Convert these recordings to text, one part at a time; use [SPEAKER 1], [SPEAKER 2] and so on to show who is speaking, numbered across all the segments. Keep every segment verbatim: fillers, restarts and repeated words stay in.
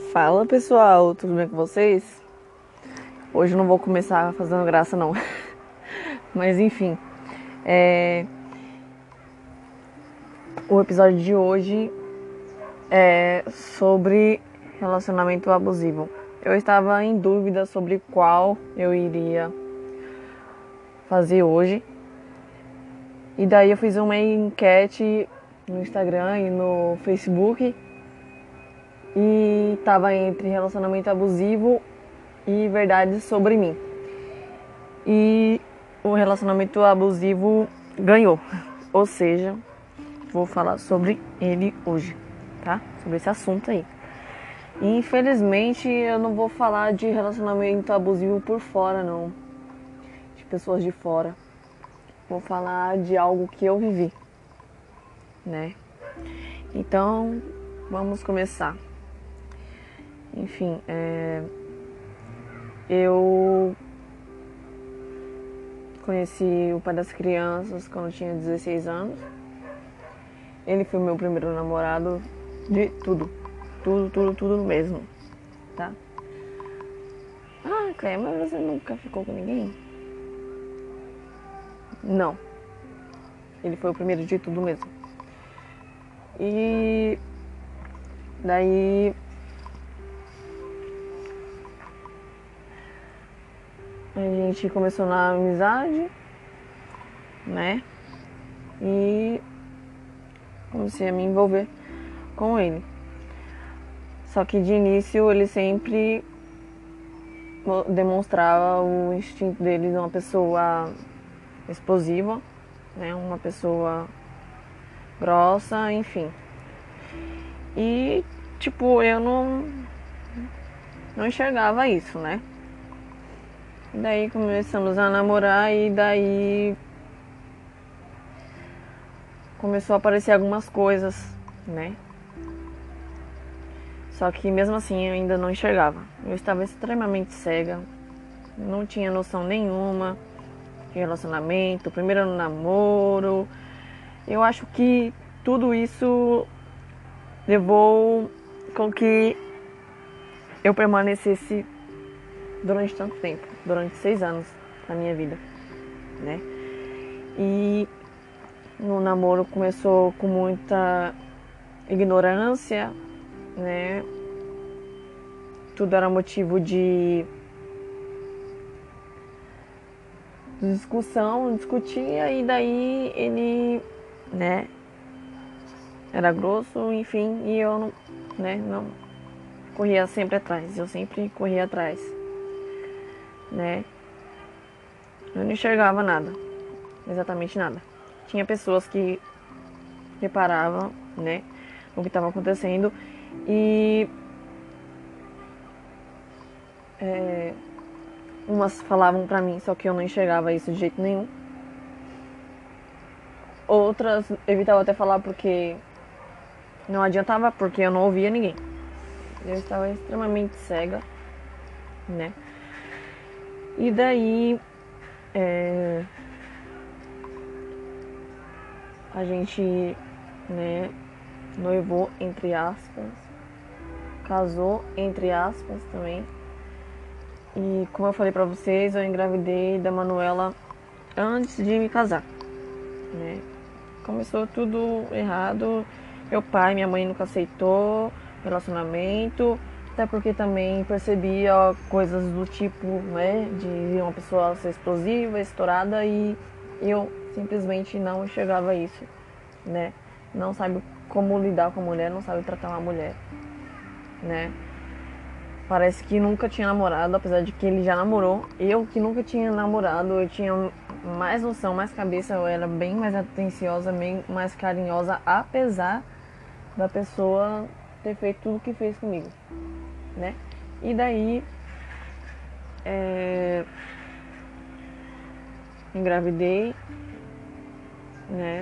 [SPEAKER 1] Fala pessoal, tudo bem com vocês? Hoje eu não vou começar fazendo graça não, mas enfim, é... o episódio de hoje é sobre relacionamento abusivo. Eu estava em dúvida sobre qual eu iria fazer hoje, e daí eu fiz uma enquete no Instagram e no Facebook, e estava entre relacionamento abusivo e verdades sobre mim. E o relacionamento abusivo ganhou. Ou seja, vou falar sobre ele hoje, tá? Sobre esse assunto aí. E, infelizmente, eu não vou falar de relacionamento abusivo por fora, não. De pessoas de fora. Vou falar de algo que eu vivi, né? Então, vamos começar. Enfim, é... eu conheci o pai das crianças quando eu tinha dezesseis anos. Ele foi meu primeiro namorado de tudo. Tudo, tudo, tudo mesmo. Tá? Ah, Cleia, mas você nunca ficou com ninguém? Não. Ele foi o primeiro de tudo mesmo. E daí a gente começou na amizade, né? E comecei a me envolver com ele. Só que de início ele sempre demonstrava o instinto dele de uma pessoa explosiva, né? Uma pessoa grossa, enfim. E tipo, eu não não enxergava isso, né? E daí começamos a namorar e daí começou a aparecer algumas coisas, né? Só que mesmo assim eu ainda não enxergava. Eu estava extremamente cega, não tinha noção nenhuma de relacionamento, primeiro no namoro. Eu acho que tudo isso levou com que eu permanecesse durante tanto tempo, durante seis anos da minha vida, né? E no namoro começou com muita ignorância, né? Tudo era motivo de discussão, discutia e daí ele, né, era grosso, enfim, e eu não, né, não corria sempre atrás, eu sempre corria atrás, né? Eu não enxergava nada, exatamente nada. Tinha pessoas que reparavam, né, no que estava acontecendo e é, umas falavam pra mim, só que eu não enxergava isso de jeito nenhum. Outras evitavam até falar porque não adiantava, porque eu não ouvia ninguém. Eu estava extremamente cega, né? E daí é, a gente, né, noivou, entre aspas, casou, entre aspas, também. E como eu falei pra vocês, eu engravidei da Manuela antes de me casar, né? Começou tudo errado. Meu pai e minha mãe nunca aceitou relacionamento, até porque também percebia coisas do tipo, né, de uma pessoa ser explosiva, estourada, e eu simplesmente não enxergava isso, né? Não sabe como lidar com a mulher, não sabe tratar uma mulher, né? Parece que nunca tinha namorado, apesar de que ele já namorou. Eu que nunca tinha namorado, eu tinha mais noção, mais cabeça, eu era bem mais atenciosa, bem mais carinhosa, apesar da pessoa ter feito tudo o que fez comigo, né? E daí é, engravidei, né?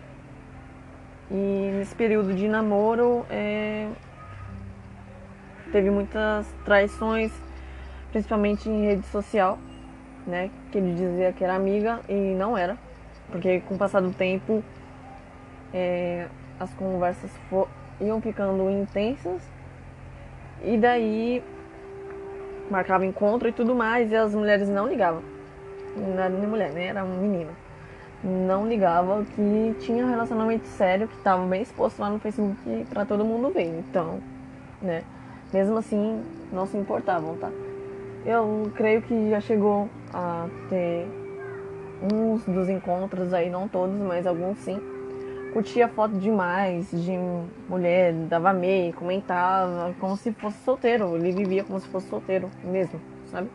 [SPEAKER 1] E nesse período de namoro é, teve muitas traições, principalmente em rede social, né? Que ele dizia que era amiga e não era, porque com o passar do tempo é, as conversas for, iam ficando intensas E daí marcava encontro e tudo mais, e as mulheres não ligavam. Não era nem mulher, né? Era um menino. Não ligava que tinha um relacionamento sério, que estava bem exposto lá no Facebook pra todo mundo ver. Então, né? Mesmo assim, não se importavam, tá? Eu creio que já chegou a ter uns dos encontros aí, não todos, mas alguns sim. Curtia foto demais de mulher, dava meia, comentava, como se fosse solteiro. Ele vivia como se fosse solteiro mesmo, sabe?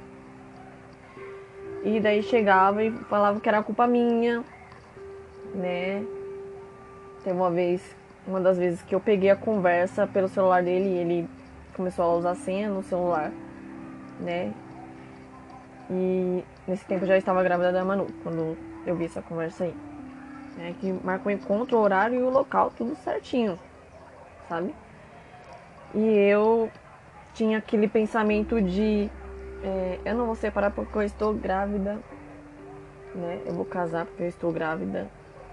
[SPEAKER 1] E daí chegava e falava que era culpa minha, né? Teve uma vez, uma das vezes que eu peguei a conversa pelo celular dele e ele começou a usar senha no celular, né? E nesse tempo eu já estava grávida da Manu, quando eu vi essa conversa aí. É, que marca o encontro, o horário e o local, tudo certinho, sabe? E eu tinha aquele pensamento de é, eu não vou separar porque eu estou grávida, né? Eu vou casar porque eu estou grávida.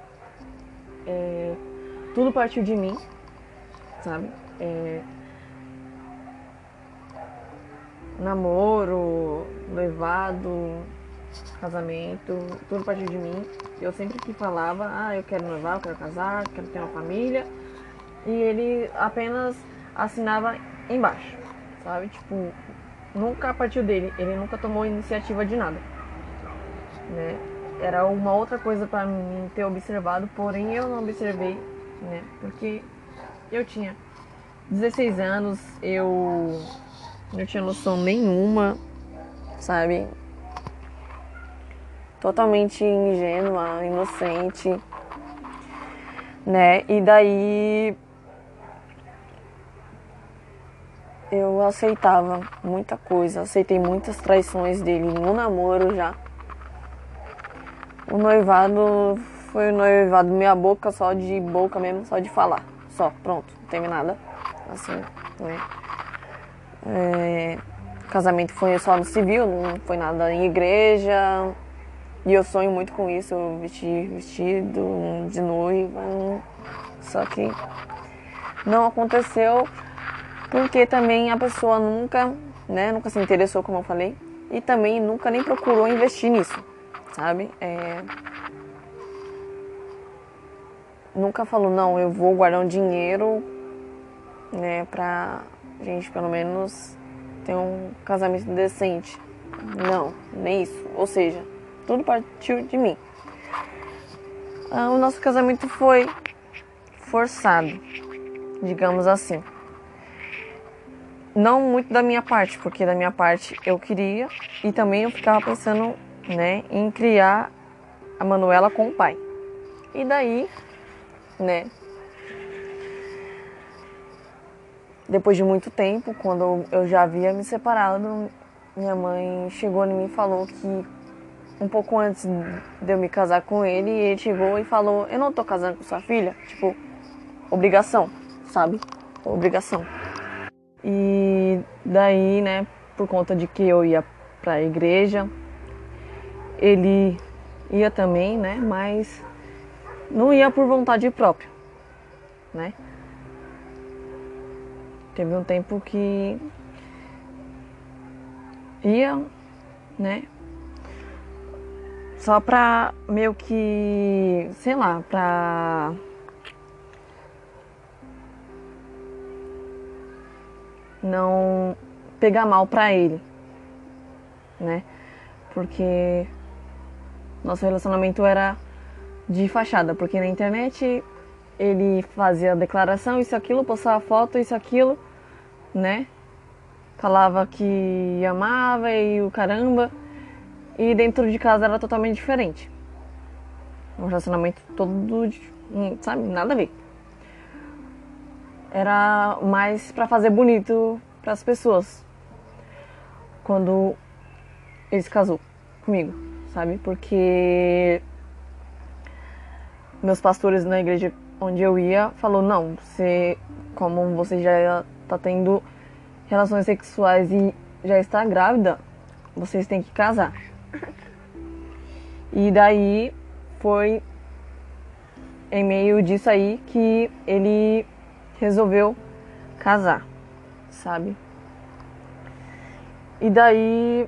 [SPEAKER 1] É, tudo partiu de mim, sabe? É, namoro, noivado, casamento, tudo partiu de mim. Eu sempre que falava, ah, eu quero noivar, eu quero casar, quero ter uma família. E ele apenas assinava embaixo, sabe? Tipo, nunca partiu dele, ele nunca tomou iniciativa de nada, né? Era uma outra coisa pra mim ter observado, porém eu não observei, né? Porque eu tinha dezesseis anos, eu não tinha noção nenhuma, sabe? Totalmente ingênua, inocente, né? E daí eu aceitava muita coisa, aceitei muitas traições dele no namoro já. O noivado foi o noivado meia boca, só de boca mesmo, só de falar. Só, pronto, não teve nada. Assim, né? É, casamento foi só no civil, não foi nada em igreja. E eu sonho muito com isso, eu vestir vestido de noiva. Só que não aconteceu porque também a pessoa nunca, né, nunca se interessou, como eu falei. E também nunca nem procurou investir nisso, sabe? É, nunca falou, não, eu vou guardar um dinheiro, né, pra gente pelo menos ter um casamento decente. Não, nem isso. Ou seja, tudo partiu de mim. Ah, o nosso casamento foi forçado, digamos assim. Não muito da minha parte, porque da minha parte eu queria e também eu ficava pensando, né, em criar a Manuela com o pai. E daí, né, depois de muito tempo, quando eu já havia me separado, minha mãe chegou em mim e falou que um pouco antes de eu me casar com ele, ele chegou e falou, eu não tô casando com sua filha, tipo, obrigação, sabe? Obrigação. E daí, né, por conta de que eu ia pra igreja, ele ia também, né, mas não ia por vontade própria, né? Teve um tempo que ia, né, só pra meio que, sei lá, pra não pegar mal pra ele, né? Porque nosso relacionamento era de fachada, porque na internet ele fazia declaração, isso, aquilo, postava foto, isso, aquilo, né? Falava que amava e o caramba. E dentro de casa era totalmente diferente. Um relacionamento todo, sabe, nada a ver. Era mais pra fazer bonito pras pessoas. Quando ele se casou comigo, sabe? Porque meus pastores na igreja onde eu ia falou, não, você, como você já tá tendo relações sexuais e já está grávida, vocês têm que casar. E daí foi em meio disso aí que ele resolveu casar, sabe? E daí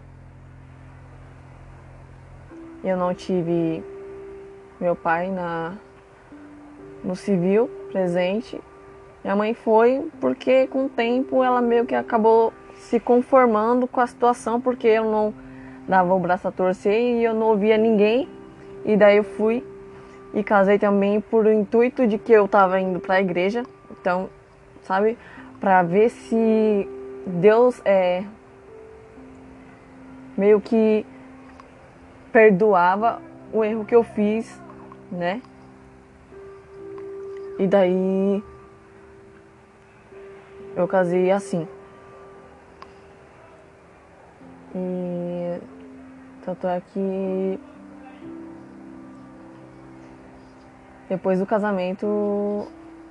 [SPEAKER 1] eu não tive meu pai na, no civil presente. Minha mãe foi porque com o tempo ela meio que acabou se conformando com a situação, porque eu não dava o braço a torcer e eu não ouvia ninguém. E daí eu fui e casei também por intuito de que eu tava indo para a igreja. Então, sabe, para ver se Deus é meio que perdoava o erro que eu fiz, né? E daí eu casei assim. E tanto é que depois do casamento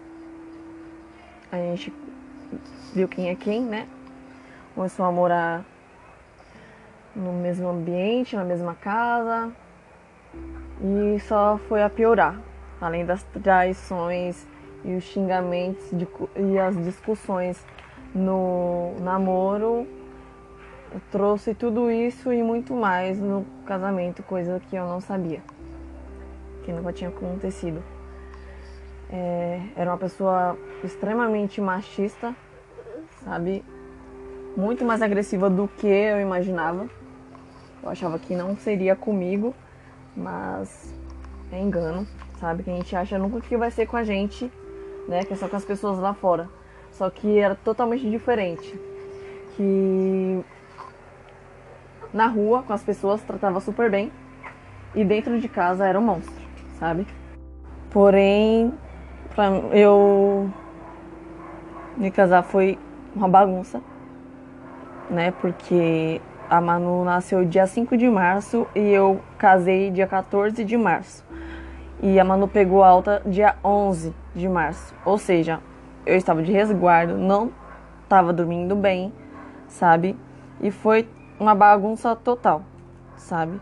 [SPEAKER 1] a gente viu quem é quem, né? Começou a morar no mesmo ambiente, na mesma casa. E só foi a piorar. Além das traições e os xingamentos de, e as discussões no namoro, eu trouxe tudo isso e muito mais no casamento, coisa que eu não sabia, que nunca tinha acontecido. É, era uma pessoa extremamente machista, sabe? Muito mais agressiva do que eu imaginava. Eu achava que não seria comigo, mas é engano, sabe? Que a gente acha nunca que vai ser com a gente, né? Que é só com as pessoas lá fora. Só que era totalmente diferente. Que na rua, com as pessoas, tratava super bem. E dentro de casa era um monstro, sabe? Porém, pra eu me casar foi uma bagunça, né? Porque a Manu nasceu dia cinco de março e eu casei dia quatorze de março. E a Manu pegou alta dia onze de março. Ou seja, eu estava de resguardo, não estava dormindo bem, sabe? E foi uma bagunça total, sabe?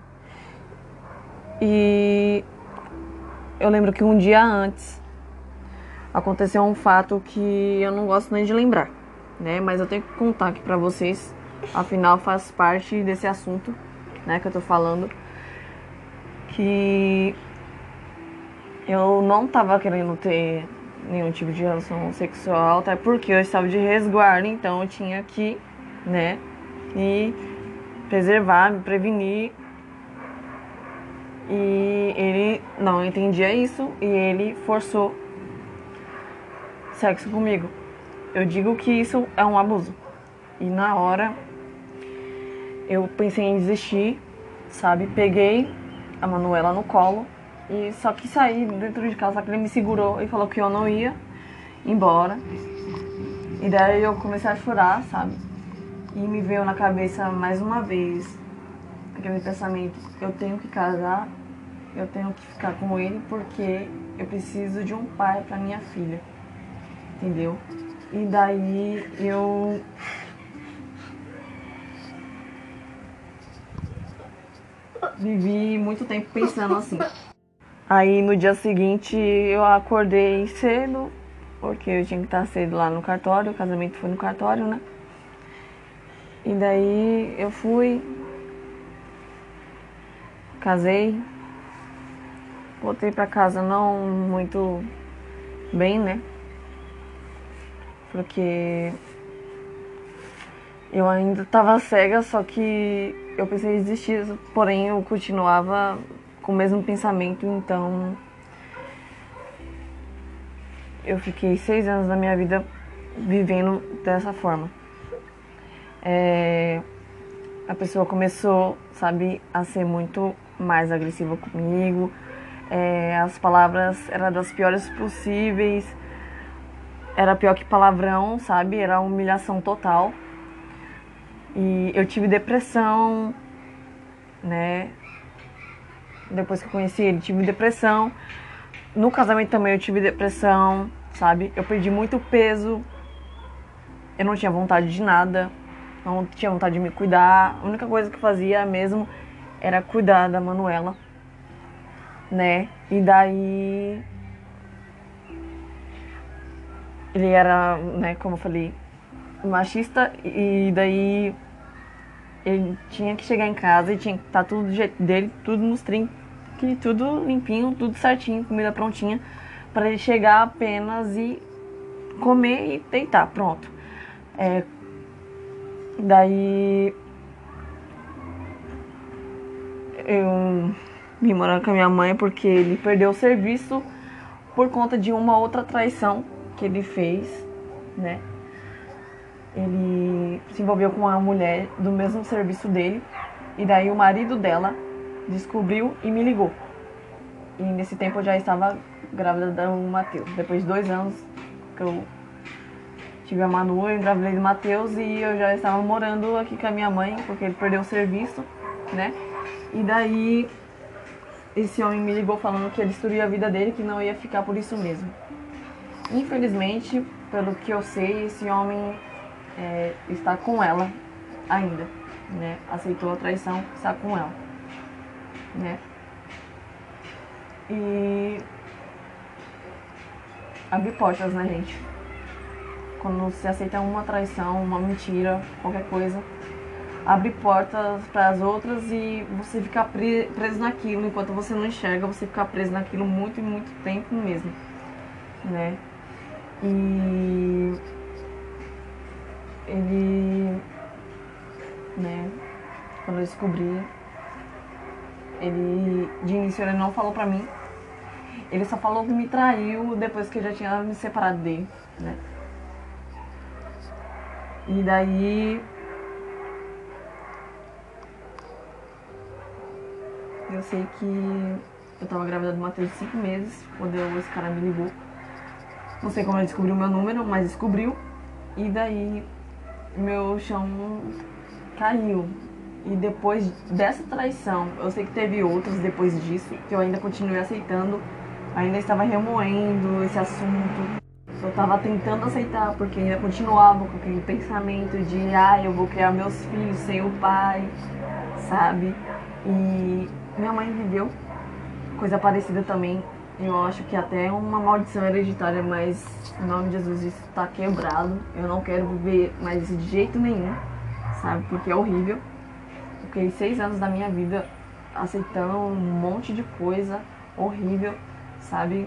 [SPEAKER 1] E eu lembro que um dia antes aconteceu um fato que eu não gosto nem de lembrar, né? Mas eu tenho que contar aqui pra vocês, afinal faz parte desse assunto, né, que eu tô falando, que eu não tava querendo ter nenhum tipo de relação sexual, até porque eu estava de resguardo, então eu tinha que, né, me preservar, me prevenir. E ele não entendia isso e ele forçou sexo comigo. Eu digo que isso é um abuso. E na hora eu pensei em desistir, sabe? Peguei a Manuela no colo e só que saí dentro de casa, só que ele me segurou e falou que eu não ia embora. E daí eu comecei a chorar, sabe? E me veio na cabeça mais uma vez aquele pensamento: eu tenho que casar, eu tenho que ficar com ele porque eu preciso de um pai pra minha filha, entendeu? E daí eu vivi muito tempo pensando assim. Aí no dia seguinte eu acordei cedo, porque eu tinha que estar cedo lá no cartório, o casamento foi no cartório, né? E daí eu fui, casei, voltei pra casa não muito bem, né? Porque eu ainda tava cega, só que eu pensei em desistir, porém eu continuava com o mesmo pensamento, então eu fiquei seis anos da minha vida vivendo dessa forma. É, a pessoa começou, sabe, a ser muito mais agressiva comigo, é, as palavras eram das piores possíveis, era pior que palavrão, sabe, era humilhação total. E eu tive depressão, né? Depois que eu conheci ele, tive depressão. No casamento também eu tive depressão, sabe? Eu perdi muito peso. Eu não tinha vontade de nada. Não tinha vontade de me cuidar. A única coisa que eu fazia mesmo era cuidar da Manuela, né? E daí ele era, né, como eu falei, machista. E daí ele tinha que chegar em casa e tinha que estar tudo do jeito dele, tudo nos trinques, tudo limpinho, tudo certinho, comida prontinha, para ele chegar apenas e comer e deitar, pronto. É, daí eu vim morar com a minha mãe porque ele perdeu o serviço por conta de uma outra traição que ele fez, né? Ele se envolveu com uma mulher do mesmo serviço dele e daí o marido dela descobriu e me ligou. E nesse tempo eu já estava grávida do Matheus. Depois de dois anos que eu tive a Manu, eu engravidei do Matheus e eu já estava morando aqui com a minha mãe porque ele perdeu o serviço, né? E daí esse homem me ligou falando que ia destruir a vida dele, que não ia ficar por isso mesmo. Infelizmente, pelo que eu sei, esse homem é, está com ela ainda, né? Aceitou a traição, está com ela, né? E abre portas, né, gente? Quando se aceita uma traição, uma mentira, qualquer coisa, abre portas para as outras e você fica preso naquilo. Enquanto você não enxerga, você fica preso naquilo muito e muito tempo mesmo, né? E ele, né, quando eu descobri, ele, de início ele não falou pra mim, ele só falou que me traiu depois que eu já tinha me separado dele, né? E daí eu sei que eu tava grávida do Matheus de cinco meses quando eu, esse cara me ligou. Não sei como ele descobriu o meu número, mas descobriu. E daí meu chão caiu. E depois dessa traição, eu sei que teve outras depois disso, que eu ainda continuei aceitando, ainda estava remoendo esse assunto. Eu estava tentando aceitar, porque ainda continuava com aquele pensamento de ah, eu vou criar meus filhos sem o pai, sabe? E minha mãe viveu coisa parecida também. Eu acho que até é uma maldição hereditária, mas em nome de Jesus isso está quebrado. Eu não quero viver mais isso de jeito nenhum, sabe? Porque é horrível. Eu fiquei seis anos da minha vida aceitando um monte de coisa horrível, sabe?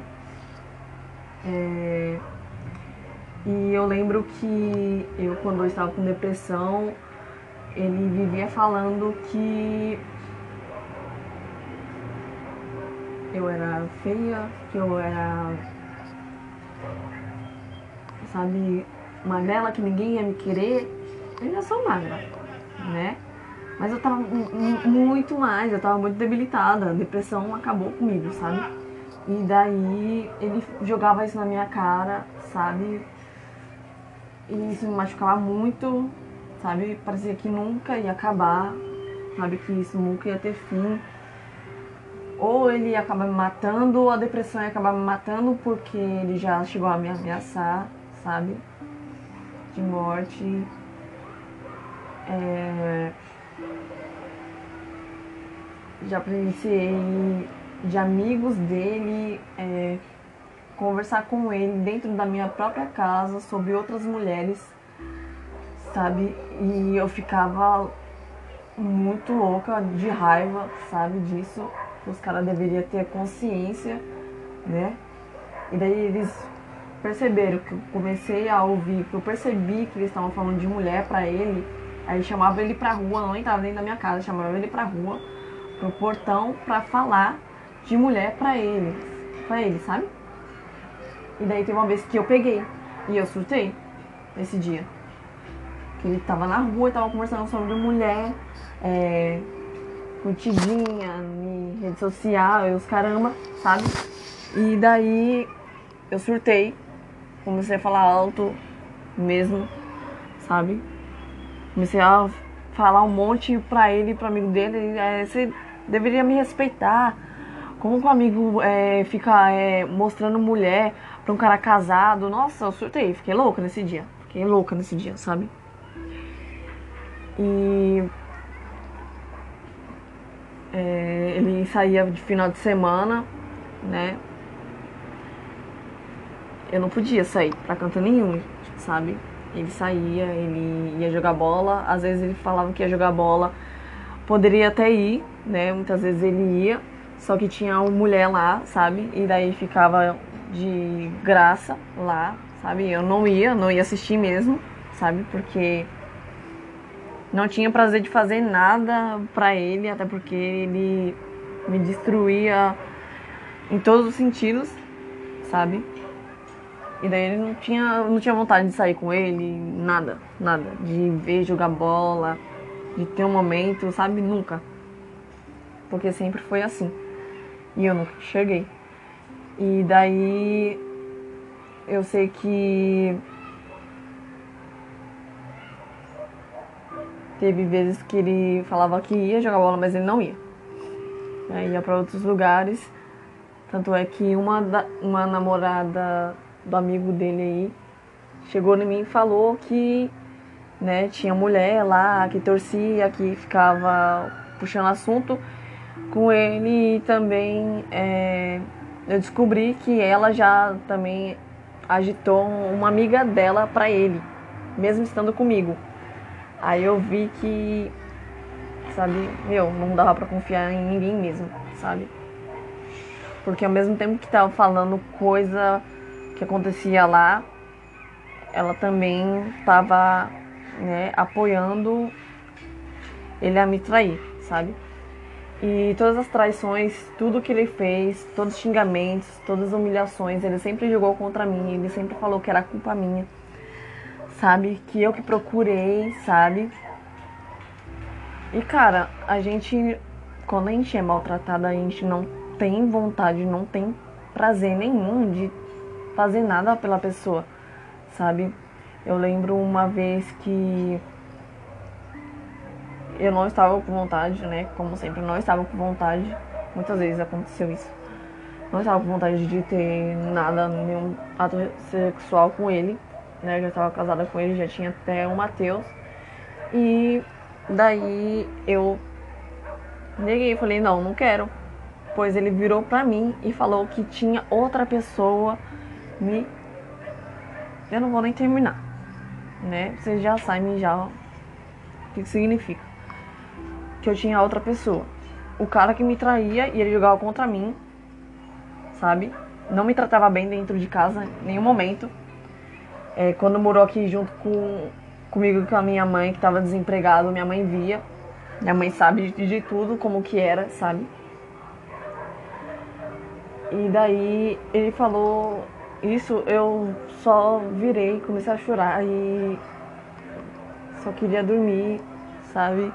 [SPEAKER 1] É... E eu lembro que eu, quando eu estava com depressão, ele vivia falando que eu era feia, que eu era, sabe, magrela, que ninguém ia me querer. Eu já sou magra, né? Mas eu tava muito mais, eu tava muito debilitada. A depressão acabou comigo, sabe? E daí ele jogava isso na minha cara, sabe? E isso me machucava muito, sabe? Parecia que nunca ia acabar, sabe? Que isso nunca ia ter fim. Ou ele ia acabar me matando, ou a depressão ia acabar me matando, porque ele já chegou a me ameaçar, sabe? De morte. É... Já presenciei de amigos dele é, conversar com ele dentro da minha própria casa sobre outras mulheres, sabe? E eu ficava muito louca de raiva, sabe, disso. Os caras deveriam ter consciência, né? E daí eles perceberam que eu comecei a ouvir, que eu percebi que eles estavam falando de mulher pra ele. Aí chamava ele pra rua, não entrava dentro da minha casa, chamava ele pra rua, pro portão, pra falar de mulher pra ele, pra ele, sabe? E daí teve uma vez que eu peguei e eu surtei nesse dia. Que ele tava na rua e tava conversando sobre mulher, é, curtidinha, em rede social e os caramba, sabe? E daí eu surtei, comecei a falar alto mesmo, sabe? Comecei a falar um monte pra ele e pro amigo dele, é, você deveria me respeitar. Como que um amigo é, fica é, mostrando mulher pra um cara casado? Nossa, eu surtei, fiquei louca nesse dia. Fiquei louca nesse dia, sabe? E é, ele saía de final de semana, né? Eu não podia sair pra canto nenhum, sabe? Ele saía, ele ia jogar bola, às vezes ele falava que ia jogar bola, poderia até ir, né? Muitas vezes ele ia, só que tinha uma mulher lá, sabe? E daí ficava de graça lá, sabe? Eu não ia, não ia assistir mesmo, sabe? Porque não tinha prazer de fazer nada pra ele, até porque ele me destruía em todos os sentidos, sabe? E daí ele não tinha, não tinha vontade de sair com ele, nada, nada. De ver jogar bola, de ter um momento, sabe? Nunca. Porque sempre foi assim. E eu nunca cheguei. E daí eu sei que teve vezes que ele falava que ia jogar bola, mas ele não ia. Aí ia pra outros lugares. Tanto é que uma, da, uma namorada do amigo dele aí chegou em mim e falou que, né, tinha mulher lá que torcia, que ficava puxando assunto com ele. E também é, eu descobri que ela já também agitou uma amiga dela pra ele, mesmo estando comigo. Aí eu vi que, sabe, meu, não dava pra confiar em ninguém mesmo, sabe? Porque ao mesmo tempo que tava falando coisa que acontecia lá, ela também tava, né, apoiando ele a me trair, sabe? E todas as traições, tudo que ele fez, todos os xingamentos, todas as humilhações, ele sempre jogou contra mim, ele sempre falou que era culpa minha, sabe? Que eu que procurei, sabe? E cara, a gente, quando a gente é maltratada, a gente não tem vontade, não tem prazer nenhum de fazer nada pela pessoa, sabe? Eu lembro uma vez que eu não estava com vontade, né? Como sempre, não estava com vontade. Muitas vezes aconteceu isso. Não estava com vontade de ter nada, nenhum ato sexual com ele, né? Eu já estava casada com ele, já tinha até o Matheus. E daí eu neguei, falei, não, não quero. Pois ele virou pra mim e falou que tinha outra pessoa me... Eu não vou nem terminar, né? Vocês já sabem já o que significa. Que eu tinha outra pessoa. O cara que me traía e ele jogava contra mim, sabe? Não me tratava bem dentro de casa em nenhum momento. É, quando morou aqui junto com, comigo e com a minha mãe, que estava desempregado, minha mãe via. Minha mãe sabe de, de tudo, como que era, sabe? E daí ele falou isso, eu só virei, comecei a chorar e só queria dormir, sabe?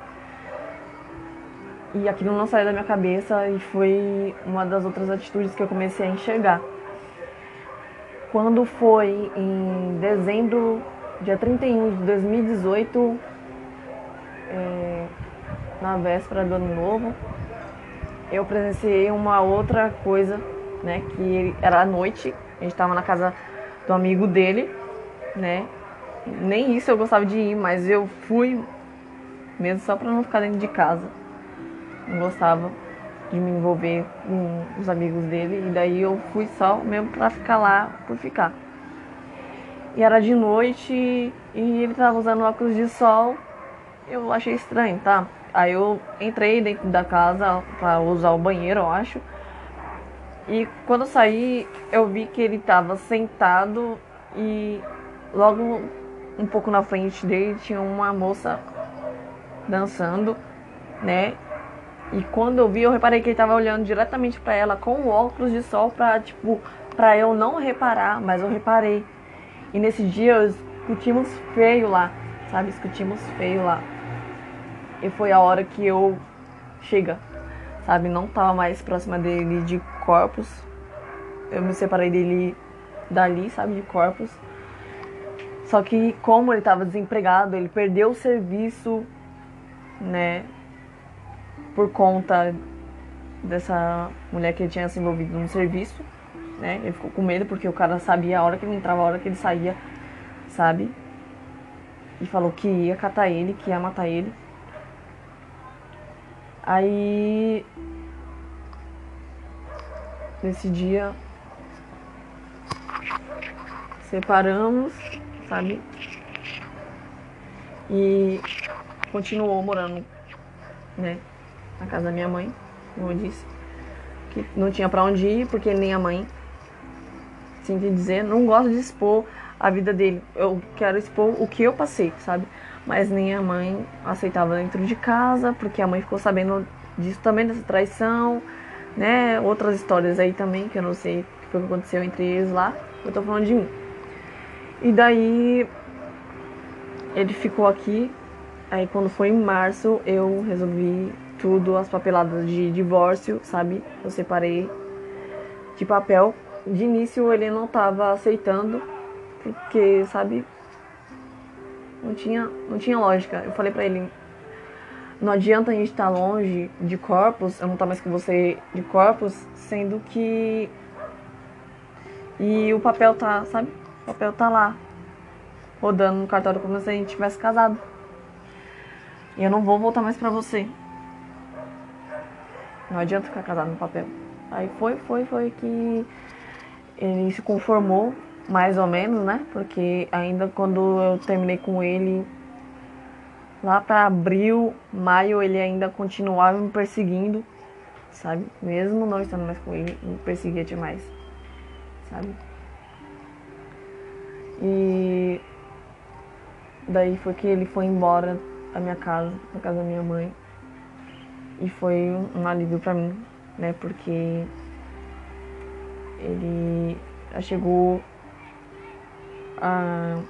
[SPEAKER 1] E aquilo não saiu da minha cabeça e foi uma das outras atitudes que eu comecei a enxergar. Quando foi em dezembro, dia trinta e um de dois mil e dezoito, é, na véspera do ano novo, eu presenciei uma outra coisa, né, que era à noite, a gente tava na casa do amigo dele, né, nem isso eu gostava de ir, mas eu fui mesmo só pra não ficar dentro de casa, não gostava de me envolver com os amigos dele, e daí eu fui só mesmo pra ficar lá, por ficar. E era de noite, e ele tava usando óculos de sol, eu achei estranho, tá? Aí eu entrei dentro da casa pra usar o banheiro, eu acho. E quando eu saí, eu vi que ele tava sentado e logo um pouco na frente dele tinha uma moça dançando, né? E quando eu vi, eu reparei que ele tava olhando diretamente pra ela com o óculos de sol pra, tipo, pra eu não reparar, mas eu reparei. E nesse dia discutimos feio lá, sabe? Discutimos feio lá. E foi a hora que eu... Chega, sabe? Não tava mais próxima dele de corpos. Eu me separei dele dali, sabe? De corpos. Só que como ele tava desempregado, ele perdeu o serviço, né? Por conta dessa mulher que ele tinha se envolvido no serviço, né? Ele ficou com medo porque o cara sabia a hora que ele entrava, a hora que ele saía, sabe? E falou que ia catar ele, que ia matar ele. Aí, nesse dia, separamos, sabe? e continuou morando, né, na casa da minha mãe, como eu disse, que não tinha pra onde ir, porque nem a mãe, sinto dizer, não gosto de expor a vida dele, eu quero expor o que eu passei, sabe? Mas nem a mãe aceitava dentro de casa, porque a mãe ficou sabendo disso também, dessa traição, né? Outras histórias aí também, que eu não sei o que foi que aconteceu entre eles lá, eu tô falando de mim. E daí ele ficou aqui, aí quando foi em março eu resolvi tudo, as papeladas de divórcio, sabe? Eu separei de papel. De início ele não tava aceitando, porque, sabe, não tinha, não tinha lógica. Eu falei pra ele, não adianta a gente estar longe de corpos, eu não estar mais com você de corpos, sendo que... E o papel tá, sabe? O papel tá lá, rodando no cartório como se a gente tivesse casado. E eu não vou voltar mais pra você. Não adianta ficar casado no papel. Aí foi, foi, foi que ele se conformou, mais ou menos, né? Porque ainda quando eu terminei com ele, lá pra abril, maio, ele ainda continuava me perseguindo, sabe? Mesmo não estando mais com ele, me perseguia demais, sabe? E daí foi que ele foi embora da minha casa, da casa da minha mãe. E foi um alívio pra mim, né? Porque ele já chegou a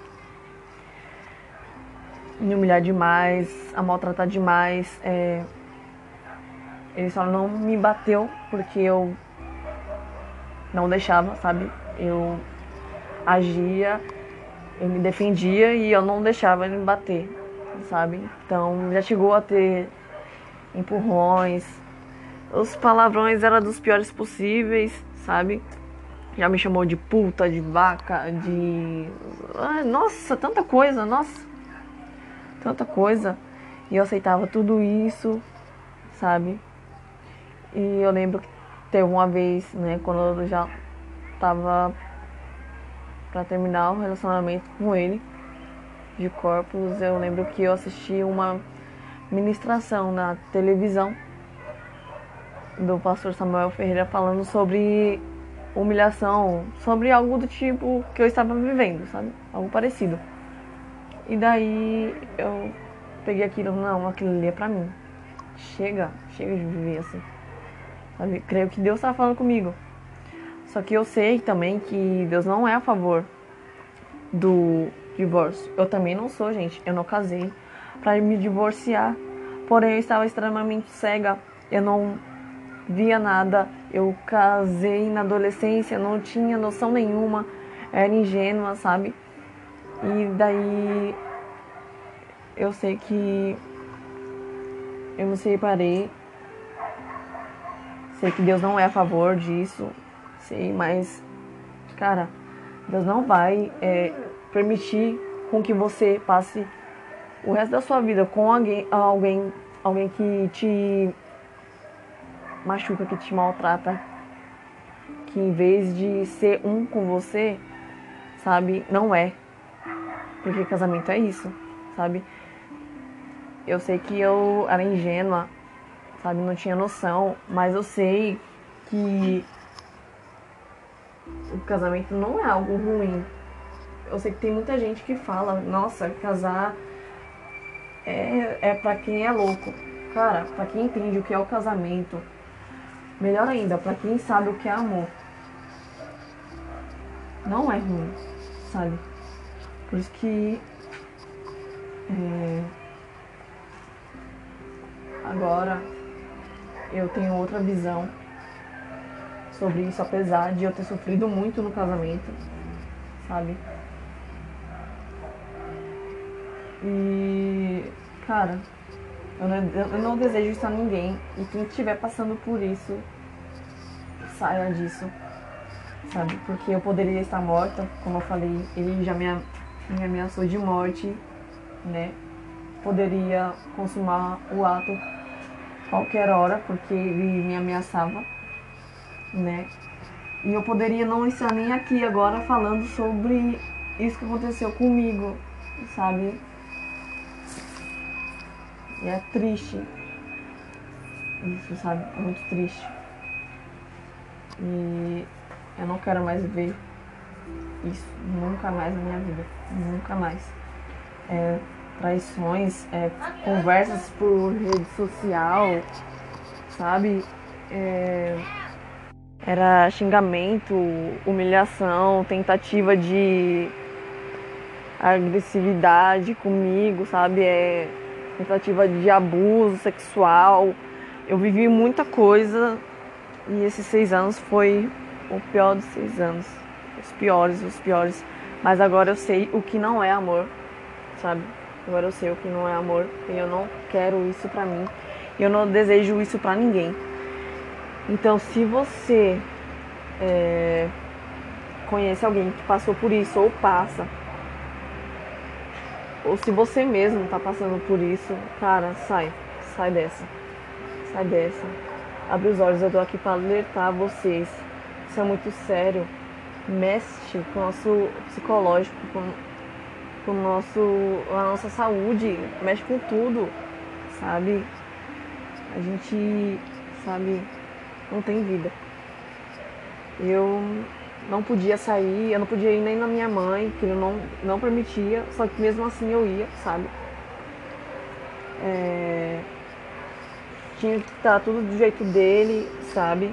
[SPEAKER 1] me humilhar demais, a maltratar demais. É... Ele só não me bateu porque eu não deixava, sabe? Eu agia, eu me defendia e eu não deixava ele me bater, sabe? Então já chegou a ter empurrões, os palavrões eram dos piores possíveis, sabe? Já me chamou de puta, de vaca, de... Ah, nossa, tanta coisa, nossa. Tanta coisa. E eu aceitava tudo isso, sabe? E eu lembro que teve uma vez, né, quando eu já tava pra terminar o relacionamento com ele, de corpos, eu lembro que eu assisti uma ministração na televisão do pastor Samuel Ferreira falando sobre humilhação, sobre algo do tipo que eu estava vivendo, sabe? Algo parecido. E daí eu peguei aquilo, não, aquilo ali é pra mim. Chega, chega de viver assim. Sabe? Creio que Deus está falando comigo. Só que eu sei também que Deus não é a favor do divórcio. Eu também não sou, gente. Eu não casei pra me divorciar. Porém, eu estava extremamente cega. Eu não via nada. Eu casei na adolescência, não tinha noção nenhuma. Era ingênua, sabe? E daí eu sei que eu me separei. Sei que Deus não é a favor disso. Sei, mas, cara, Deus não vai é, permitir com que você passe o resto da sua vida com alguém, alguém, alguém que te machuca, que te maltrata, que em vez de ser um com você, sabe, não é. Porque casamento é isso, sabe? Eu sei que eu era ingênua, sabe, não tinha noção, mas eu sei que o casamento não é algo ruim. Eu sei que tem muita gente que fala, nossa, casar é, é pra quem é louco. Cara, pra quem entende o que é o casamento, melhor ainda, pra quem sabe o que é amor, não é ruim, sabe? Por isso que é, agora eu tenho outra visão sobre isso, apesar de eu ter sofrido muito no casamento, sabe? E, cara, eu não, eu não desejo isso a ninguém. E quem estiver passando por isso, saia disso, sabe? Porque eu poderia estar morta, como eu falei, ele já me, me ameaçou de morte, né? Poderia consumar o ato qualquer hora, porque ele me ameaçava, né? E eu poderia não estar nem aqui agora falando sobre isso que aconteceu comigo, sabe? E é triste. Isso, sabe? É muito triste. E eu não quero mais ver isso nunca mais na minha vida. Nunca mais. É, traições, é, conversas por rede social, sabe? É, era xingamento, humilhação, tentativa de agressividade comigo, sabe? É, tentativa de abuso sexual. Eu vivi muita coisa e esses seis anos foi o pior dos seis anos. Os piores, os piores. Mas agora eu sei o que não é amor, sabe? Agora eu sei o que não é amor e eu não quero isso pra mim. E eu não desejo isso pra ninguém. Então, se você é, conhece alguém que passou por isso ou passa, ou se você mesmo tá passando por isso, cara, sai. Sai dessa. Sai dessa. Abre os olhos, eu tô aqui pra alertar vocês. Isso é muito sério. Mexe com o nosso psicológico, com, com o nosso, a nossa saúde. Mexe com tudo, sabe? A gente, sabe, não tem vida. Eu não podia sair, eu não podia ir nem na minha mãe, que não, não permitia, só que mesmo assim eu ia, sabe? É... Tinha que estar tudo do jeito dele, sabe?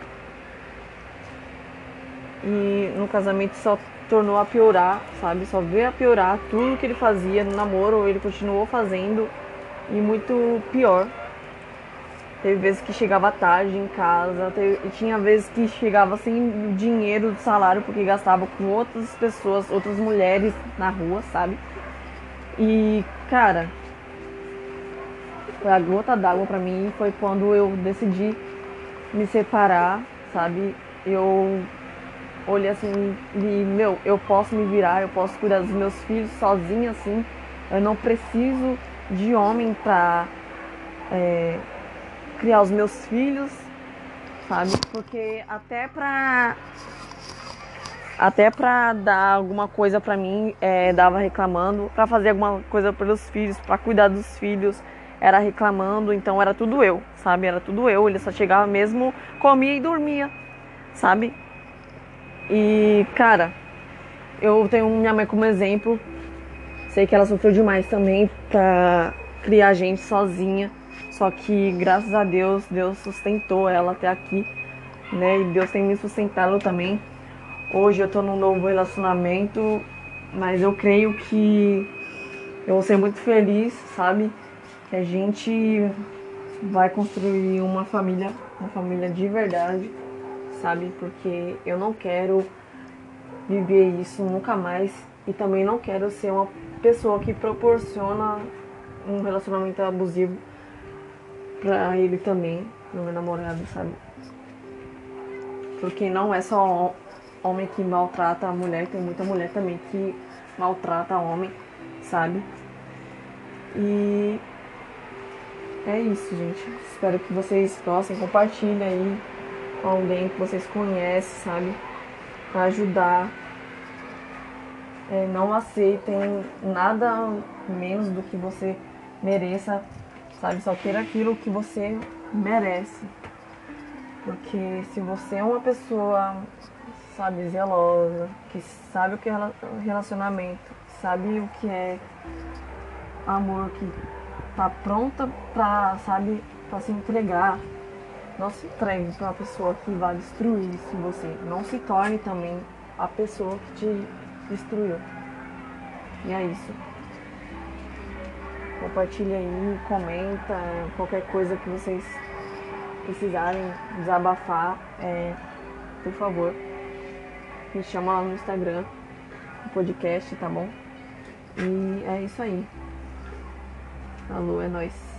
[SPEAKER 1] E no casamento só tornou a piorar, sabe? Só veio a piorar tudo que ele fazia no namoro, ele continuou fazendo e muito pior. Teve vezes que chegava tarde em casa, teve, tinha vezes que chegava sem dinheiro do salário porque gastava com outras pessoas, outras mulheres na rua, sabe? E, cara, foi a gota d'água pra mim, foi quando eu decidi me separar, sabe? Eu olhei assim e, meu, eu posso me virar, eu posso cuidar dos meus filhos sozinha, assim. Eu não preciso de homem pra... É, criar os meus filhos, sabe? Porque até pra até pra dar alguma coisa pra mim, é, dava reclamando, pra fazer alguma coisa pelos filhos, pra cuidar dos filhos, era reclamando, então era tudo eu, sabe? Era tudo eu, ele só chegava mesmo, comia e dormia, sabe? E, cara, eu tenho minha mãe como exemplo, sei que ela sofreu demais também pra criar a gente sozinha. Só que, graças a Deus, Deus sustentou ela até aqui, né? E Deus tem me sustentado também. Hoje eu tô num novo relacionamento, mas eu creio que eu vou ser muito feliz, sabe? Que a gente vai construir uma família, uma família de verdade, sabe? Porque eu não quero viver isso nunca mais e também não quero ser uma pessoa que proporciona um relacionamento abusivo pra ele também, no meu namorado, sabe? Porque não é só homem que maltrata a mulher, tem muita mulher também que maltrata homem, sabe? E é isso, gente. Espero que vocês gostem, compartilhem aí com alguém que vocês conhecem, sabe? Pra ajudar. É, não aceitem nada menos do que você mereça, sabe? Só queira aquilo que você merece. Porque se você é uma pessoa, sabe, zelosa, que sabe o que é relacionamento, sabe o que é amor, que tá pronta pra, sabe, pra se entregar, não se entregue pra uma pessoa que vai destruir isso em você. Não se torne também a pessoa que te destruiu. E é isso. Compartilha aí, comenta, qualquer coisa que vocês precisarem desabafar, é, por favor, me chama lá no Instagram, no podcast, tá bom? E é isso aí. Falou, é nóis.